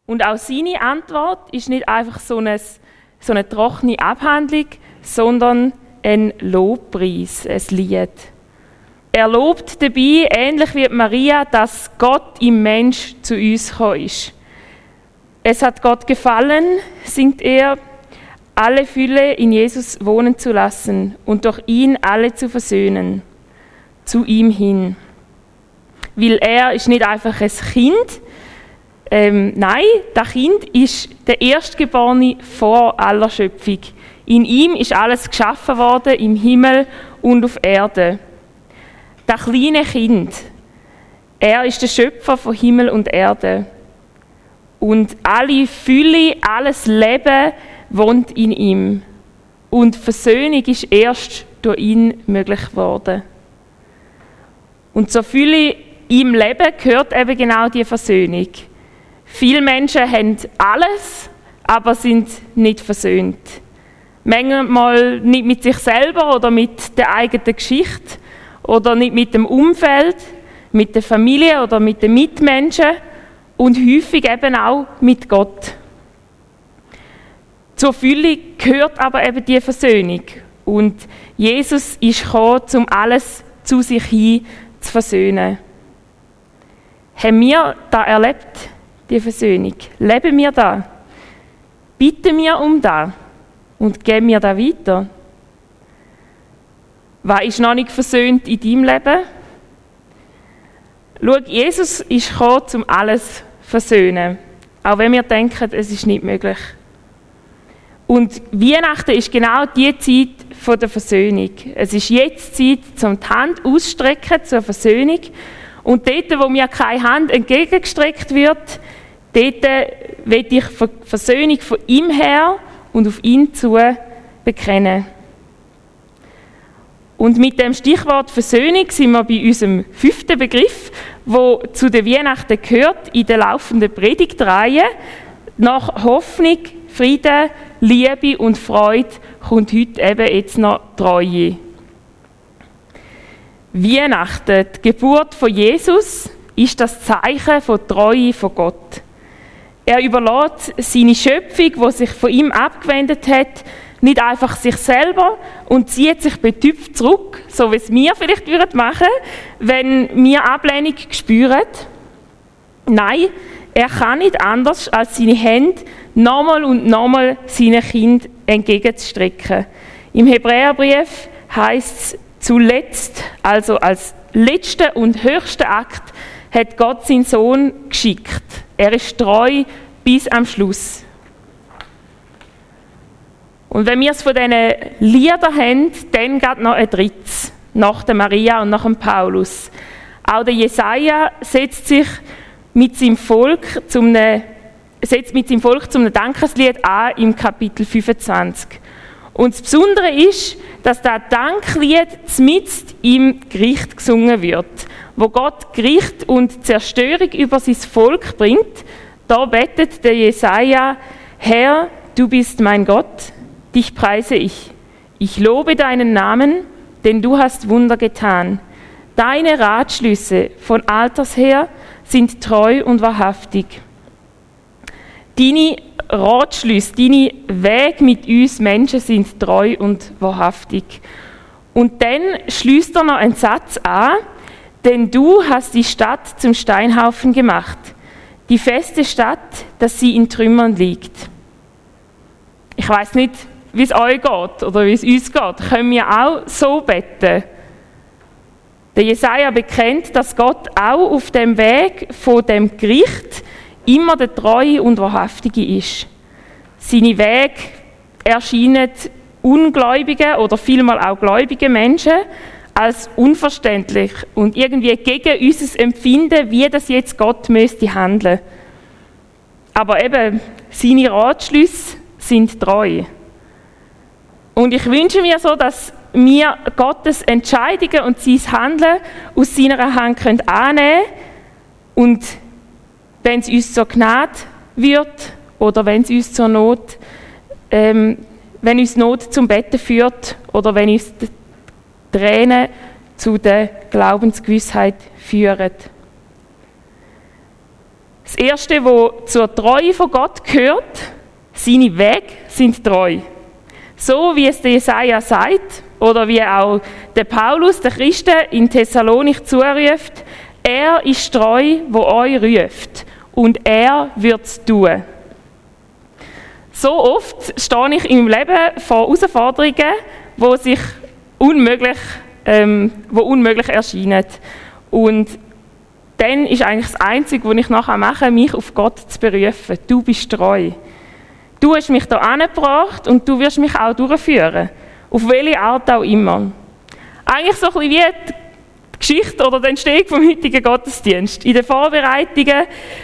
Und auch seine Antwort ist nicht einfach so eine trockene Abhandlung, sondern ein Lobpreis, ein Lied. Er lobt dabei, ähnlich wie Maria, dass Gott im Mensch zu uns gekommen ist. Es hat Gott gefallen, singt er, alle Fülle in Jesus wohnen zu lassen und durch ihn alle zu versöhnen, zu ihm hin. Weil er ist nicht einfach ein Kind, nein, das Kind ist der Erstgeborene vor aller Schöpfung. In ihm ist alles geschaffen worden, im Himmel und auf Erde. Das kleine Kind, er ist der Schöpfer von Himmel und Erde. Und alle Fülle, alles Leben wohnt in ihm. Und Versöhnung ist erst durch ihn möglich geworden. Und zur Fülle im Leben gehört eben genau die Versöhnung. Viele Menschen haben alles, aber sind nicht versöhnt. Manchmal nicht mit sich selber oder mit der eigenen Geschichte oder nicht mit dem Umfeld, mit der Familie oder mit den Mitmenschen und häufig eben auch mit Gott. Zur Fülle gehört aber eben die Versöhnung. Und Jesus ist gekommen, um alles zu sich hin zu versöhnen. Haben wir das erlebt, die Versöhnung? Leben wir da? Bitten wir um das? Und geben wir das weiter? Was ist noch nicht versöhnt in deinem Leben? Schau, Jesus ist gekommen, um alles zu versöhnen. Auch wenn wir denken, es ist nicht möglich. Und Weihnachten ist genau die Zeit der Versöhnung. Es ist jetzt Zeit, um die Hand auszustrecken zur Versöhnung. Und dort, wo mir keine Hand entgegengestreckt wird, dort will ich Versöhnung von ihm her und auf ihn zu bekennen. Und mit dem Stichwort Versöhnung sind wir bei unserem 5. Begriff, wo zu den Weihnachten gehört, in der laufenden Predigtreihe. Nach Hoffnung, Frieden, Liebe und Freude kommt heute eben jetzt noch Treue. Weihnachten, die Geburt von Jesus, ist das Zeichen von Treue von Gott. Er überlässt seine Schöpfung, die sich von ihm abgewendet hat, nicht einfach sich selber und zieht sich betüpft zurück, so wie es wir vielleicht machen würden, wenn wir Ablehnung spüren. Nein, er kann nicht anders, als seine Hände nochmal und nochmal seinen Kind entgegenzustrecken. Im Hebräerbrief heißt es, zuletzt, also als letzten und höchsten Akt, hat Gott seinen Sohn geschickt. Er ist treu bis am Schluss. Und wenn wir es von diesen Liedern haben, dann geht noch ein drittes, nach der Maria und nach dem Paulus. Auch der Jesaja setzt mit seinem Volk zum Dankeslied an im Kapitel 25. Und das Besondere ist, dass das Danklied mitten im Gericht gesungen wird, wo Gott Gericht und Zerstörung über sein Volk bringt. Da betet der Jesaja: Herr, du bist mein Gott, dich preise ich. Ich lobe deinen Namen, denn du hast Wunder getan. Deine Ratschlüsse von alters her sind treu und wahrhaftig. Deine Ratschlüsse, deine Wege mit uns Menschen sind treu und wahrhaftig. Und dann schließt er noch einen Satz an: Denn du hast die Stadt zum Steinhaufen gemacht, die feste Stadt, dass sie in Trümmern liegt. Ich weiss nicht, wie es euch geht oder wie es uns geht. Können wir auch so beten? Der Jesaja bekennt, dass Gott auch auf dem Weg von dem Gericht immer der Treue und Wahrhaftige ist. Seine Wege erscheinen ungläubigen oder vielmal auch gläubigen Menschen als unverständlich und irgendwie gegen unser Empfinden, wie das jetzt Gott müsste handeln. Aber eben, seine Ratschlüsse sind treu. Und ich wünsche mir so, dass wir Gottes Entscheidungen und sein Handeln aus seiner Hand annehmen können. Und wenn es uns zur Gnade wird oder wenn es uns zur Not, wenn uns Not zum Betten führt oder wenn uns die Tränen zu der Glaubensgewissheit führen. Das Erste, was zur Treue von Gott gehört, seine Wege sind treu. So wie es der Jesaja sagt, oder wie auch der Paulus, der Christen in Thessalonich zuruft, er ist treu, wo euch ruft, und er wird es tun. So oft stehe ich in meinem Leben vor Herausforderungen, die unmöglich erscheinen. Und dann ist eigentlich das Einzige, was ich nachher mache, mich auf Gott zu berufen. Du bist treu. Du hast mich hier angebracht und du wirst mich auch durchführen. Auf welche Art auch immer. Eigentlich so ein bisschen wie die Geschichte oder die Entstehung vom heutigen Gottesdienst. In den Vorbereitungen,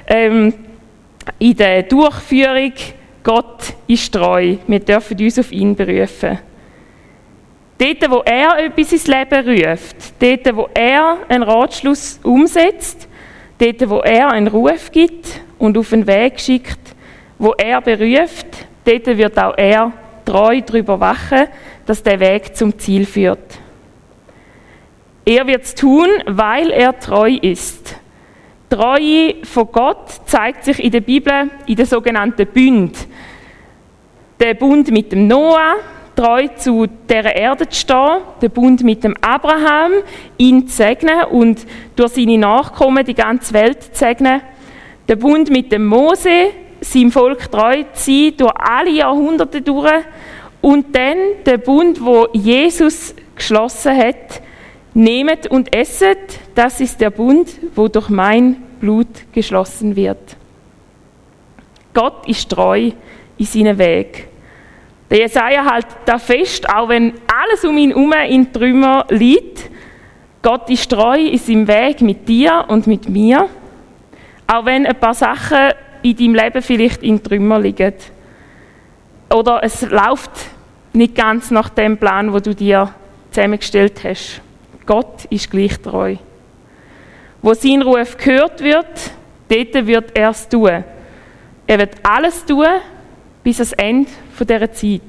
in der Durchführung, Gott ist treu. Wir dürfen uns auf ihn berufen. Dort, wo er etwas ins Leben ruft, dort, wo er einen Ratschluss umsetzt, dort, wo er einen Ruf gibt und auf den Weg schickt, wo er beruft, dort wird auch er treu darüber wachen, dass der Weg zum Ziel führt. Er wird es tun, weil er treu ist. Die Treue von Gott zeigt sich in der Bibel in den sogenannten Bünden. Der Bund mit dem Noah, treu zu dieser Erde zu stehen, der Bund mit dem Abraham, ihn zu segnen und durch seine Nachkommen die ganze Welt zu segnen. Der Bund mit dem Mose, seinem Volk treu zu sein, durch alle Jahrhunderte durch. Und dann der Bund, wo Jesus geschlossen hat, nehmet und esset, das ist der Bund, wo durch mein Blut geschlossen wird. Gott ist treu in seinen Weg. Der Jesaja hält da fest, auch wenn alles um ihn herum in Trümmer liegt. Gott ist treu in seinem Weg mit dir und mit mir. Auch wenn ein paar Sachen in deinem Leben vielleicht in Trümmer liegen. Oder es läuft nicht ganz nach dem Plan, den du dir zusammengestellt hast. Gott ist gleich treu. Wo sein Ruf gehört wird, dort wird er es tun. Er wird alles tun, bis ans Ende dieser Zeit.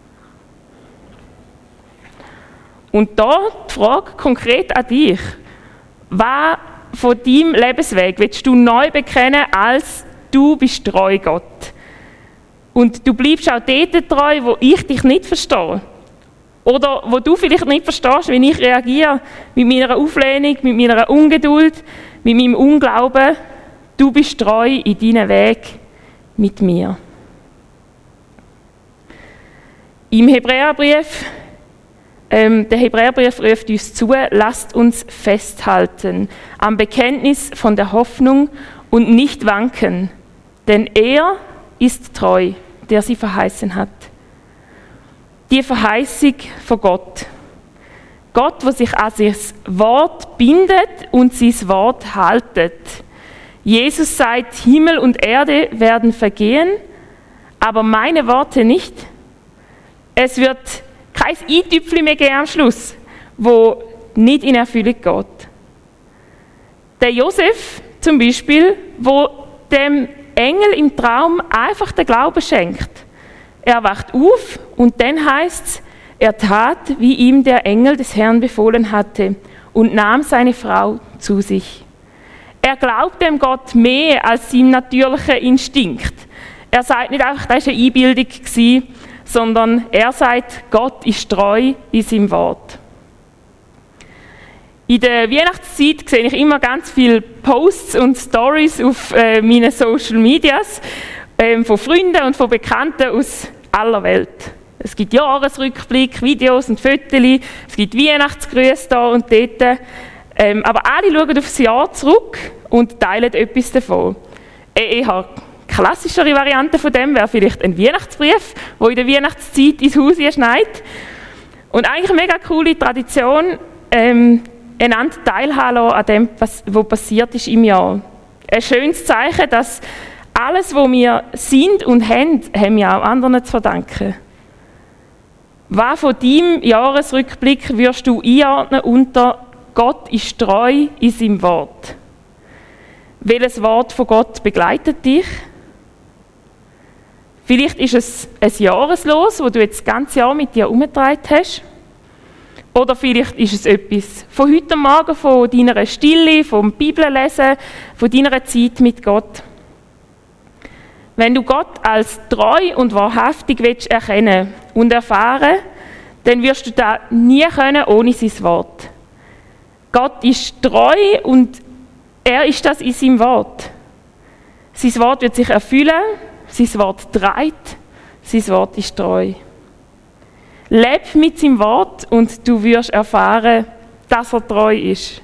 Und da die Frage konkret an dich. Was von deinem Lebensweg willst du neu bekennen, als du bist treu, Gott? Und du bleibst auch dort treu, wo ich dich nicht verstehe. Oder wo du vielleicht nicht verstehst, wie ich reagiere, mit meiner Auflehnung, mit meiner Ungeduld, mit meinem Unglauben. Du bist treu in deinem Weg mit mir. Im Hebräerbrief, der Hebräerbrief ruft uns zu, lasst uns festhalten am Bekenntnis von der Hoffnung und nicht wanken, denn er ist treu, der sie verheißen hat. Die Verheißung von Gott. Gott, der sich an sein Wort bindet und sein Wort haltet. Jesus sagt, Himmel und Erde werden vergehen, aber meine Worte nicht. Es wird kein i-Tüpfchen mehr geben am Schluss, wo nicht in Erfüllung geht. Der Josef zum Beispiel, wo dem Engel im Traum einfach den Glauben schenkt. Er wacht auf und dann heißt es, er tat, wie ihm der Engel des Herrn befohlen hatte und nahm seine Frau zu sich. Er glaubt dem Gott mehr als seinem natürlichen Instinkt. Er sagt nicht einfach, das war eine Einbildung, sondern er sagt, Gott ist treu in seinem Wort. In der Weihnachtszeit sehe ich immer ganz viele Posts und Stories auf meinen Social Medias von Freunden und von Bekannten aus aller Welt. Es gibt Jahresrückblick, Videos und Fotos, es gibt Weihnachtsgrüße da und dort. Aber alle schauen auf das Jahr zurück und teilen etwas davon. Eher klassischere Variante von dem wäre vielleicht ein Weihnachtsbrief, der in der Weihnachtszeit ins Haus schneit. Und eigentlich eine mega coole Tradition, einander teilhaben an dem, was passiert ist im Jahr. Ein schönes Zeichen, dass alles, was wir sind und haben wir auch anderen zu verdanken. Was von deinem Jahresrückblick wirst du einordnen unter Gott ist treu in seinem Wort? Welches Wort von Gott begleitet dich? Vielleicht ist es ein Jahreslos, das du jetzt das ganze Jahr mit dir herumgetragen hast. Oder vielleicht ist es etwas von heute Morgen, von deiner Stille, vom Bibellesen, von deiner Zeit mit Gott. Wenn du Gott als treu und wahrhaftig willst erkennen und erfahren, dann wirst du das nie können ohne sein Wort. Gott ist treu und er ist das in seinem Wort. Sein Wort wird sich erfüllen, sein Wort trägt, sein Wort ist treu. Leb mit seinem Wort und du wirst erfahren, dass er treu ist.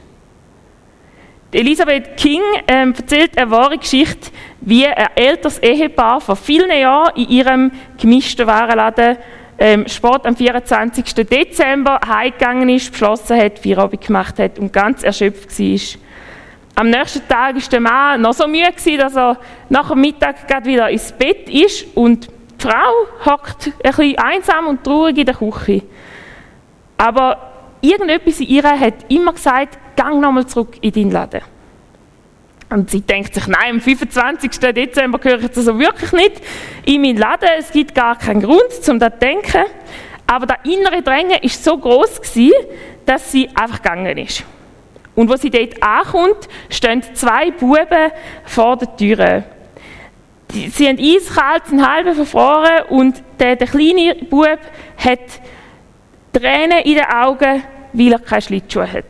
Elisabeth King erzählt eine wahre Geschichte, wie ein älteres Ehepaar vor vielen Jahren in ihrem gemischten Warenladen spät am 24. Dezember heimgegangen ist, beschlossen hat, Feierabend gemacht hat und ganz erschöpft war. Am nächsten Tag war der Mann noch so müde, dass er nach dem Mittag gerade wieder ins Bett ist und die Frau hockt ein bisschen einsam und traurig in der Küche. Aber irgendetwas in ihr hat immer gesagt, geh nochmal zurück in deinen Laden. Und sie denkt sich, nein, am 25. Dezember gehöre ich jetzt also wirklich nicht in meinen Laden. Es gibt gar keinen Grund, um das zu denken. Aber das innere Drängen war so gross, dass sie einfach gegangen ist. Und als sie dort ankommt, stehen 2 Buben vor der Tür. Sie haben eiskalt, sind halb verfroren und der kleine Bub hat Tränen in den Augen, weil er keine Schlittschuhe hat.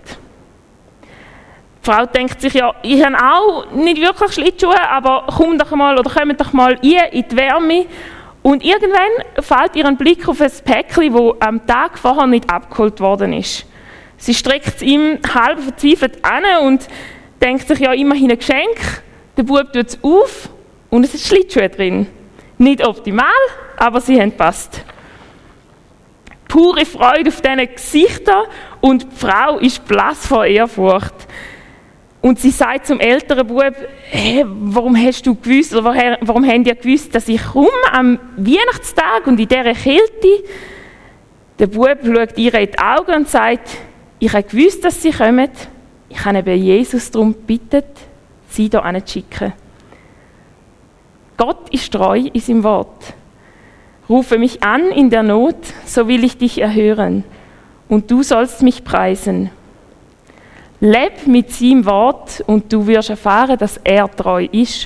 Die Frau denkt sich, ja, ich habe auch nicht wirklich Schlittschuhe, aber kommt doch mal in die Wärme. Und irgendwann fällt ihr ein Blick auf ein Päckchen, das am Tag vorher nicht abgeholt worden ist. Sie streckt es ihm halb verzweifelt an und denkt sich, ja, immerhin ein Geschenk. Der Bub tut es auf und es sind Schlittschuhe drin. Nicht optimal, aber sie haben gepasst. Pure Freude auf diesen Gesichtern und die Frau ist blass vor Ehrfurcht. Und sie sagt zum älteren Bub, hey, warum hast du gewusst, oder warum haben die gewusst, dass ich komme am Weihnachtstag und in dieser Kälte? Der Bub schaut ihr in die Augen und sagt, ich habe gewusst, dass sie kommen. Ich habe eben Jesus darum gebeten, sie hier hinzuschicken. Gott ist treu in seinem Wort. Rufe mich an in der Not, so will ich dich erhören. Und du sollst mich preisen. Leb mit seinem Wort und du wirst erfahren, dass er treu ist.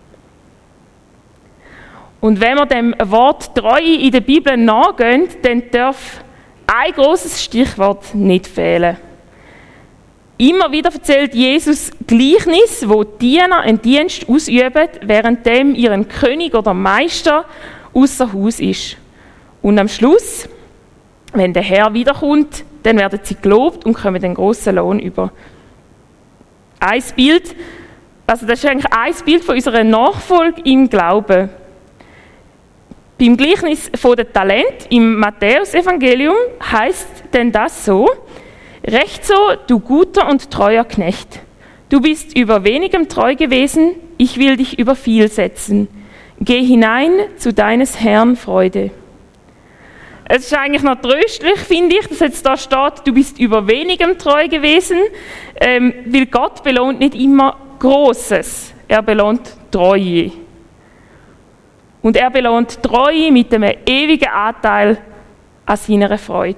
Und wenn wir dem Wort Treue in der Bibel nachgehen, dann darf ein grosses Stichwort nicht fehlen. Immer wieder erzählt Jesus Gleichnis, wo Diener einen Dienst ausüben, währenddem ihren König oder Meister außer Haus ist. Und am Schluss, wenn der Herr wiederkommt, dann werden sie gelobt und kommen den grossen Lohn über. Das ist eigentlich ein Bild von unserer Nachfolge im Glauben. Beim Gleichnis von den Talenten im Matthäus-Evangelium heißt denn das so: Recht so, du guter und treuer Knecht. Du bist über wenigem treu gewesen, ich will dich über viel setzen. Geh hinein zu deines Herrn Freude. Es ist eigentlich noch tröstlich, finde ich, dass jetzt da steht, du bist über wenigem treu gewesen, weil Gott belohnt nicht immer Grosses, er belohnt Treue. Und er belohnt Treue mit einem ewigen Anteil an seiner Freude.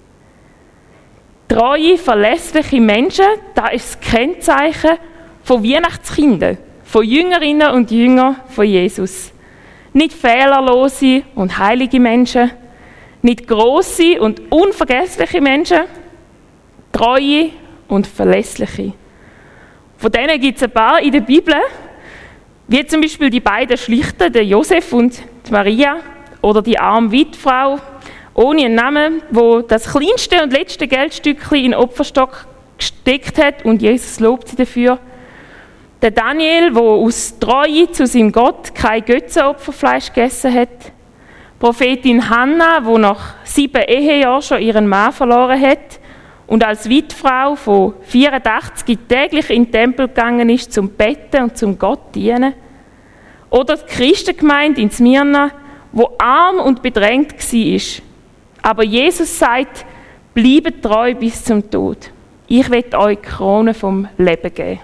Treue, verlässliche Menschen, das ist das Kennzeichen von Weihnachtskindern, von Jüngerinnen und Jüngern von Jesus. Nicht fehlerlose und heilige Menschen, nicht grosse und unvergessliche Menschen, treue und verlässliche. Von denen gibt es ein paar in der Bibel, wie zum Beispiel die beiden Schlichten, der Josef und die Maria, oder die arme Witfrau ohne einen Namen, wo das kleinste und letzte Geldstückchen in den Opferstock gesteckt hat und Jesus lobt sie dafür. Der Daniel, der aus Treue zu seinem Gott kein Götzenopferfleisch gegessen hat. Prophetin Hannah, die nach 7 Ehejahren schon ihren Mann verloren hat und als Witfrau von 84 täglich in den Tempel gegangen ist, zum Betten und zum Gott dienen. Oder die Christengemeinde in Smyrna, wo arm und bedrängt war. Aber Jesus sagt, bleibt treu bis zum Tod. Ich will euch die Krone vom Leben geben.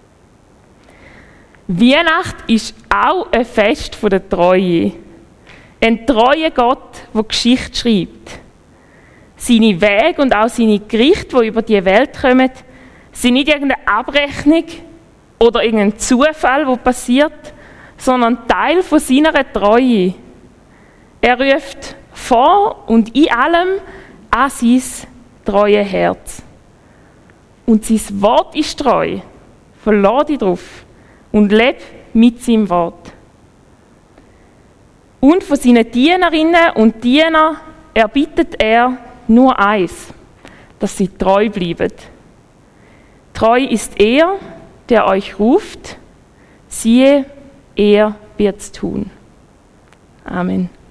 Weihnacht ist auch ein Fest der Treue. Ein treuer Gott, der Geschichte schreibt. Seine Wege und auch seine Gerichte, die über die Welt kommen, sind nicht irgendeine Abrechnung oder irgendein Zufall, der passiert, sondern Teil von seiner Treue. Er ruft vor und in allem an sein treue Herz. Und sein Wort ist treu. Verlass dich drauf und leb mit seinem Wort. Und von seinen Dienerinnen und Dienern erbittet er nur eins, dass sie treu bleiben. Treu ist er, der euch ruft, siehe, er wird's tun. Amen.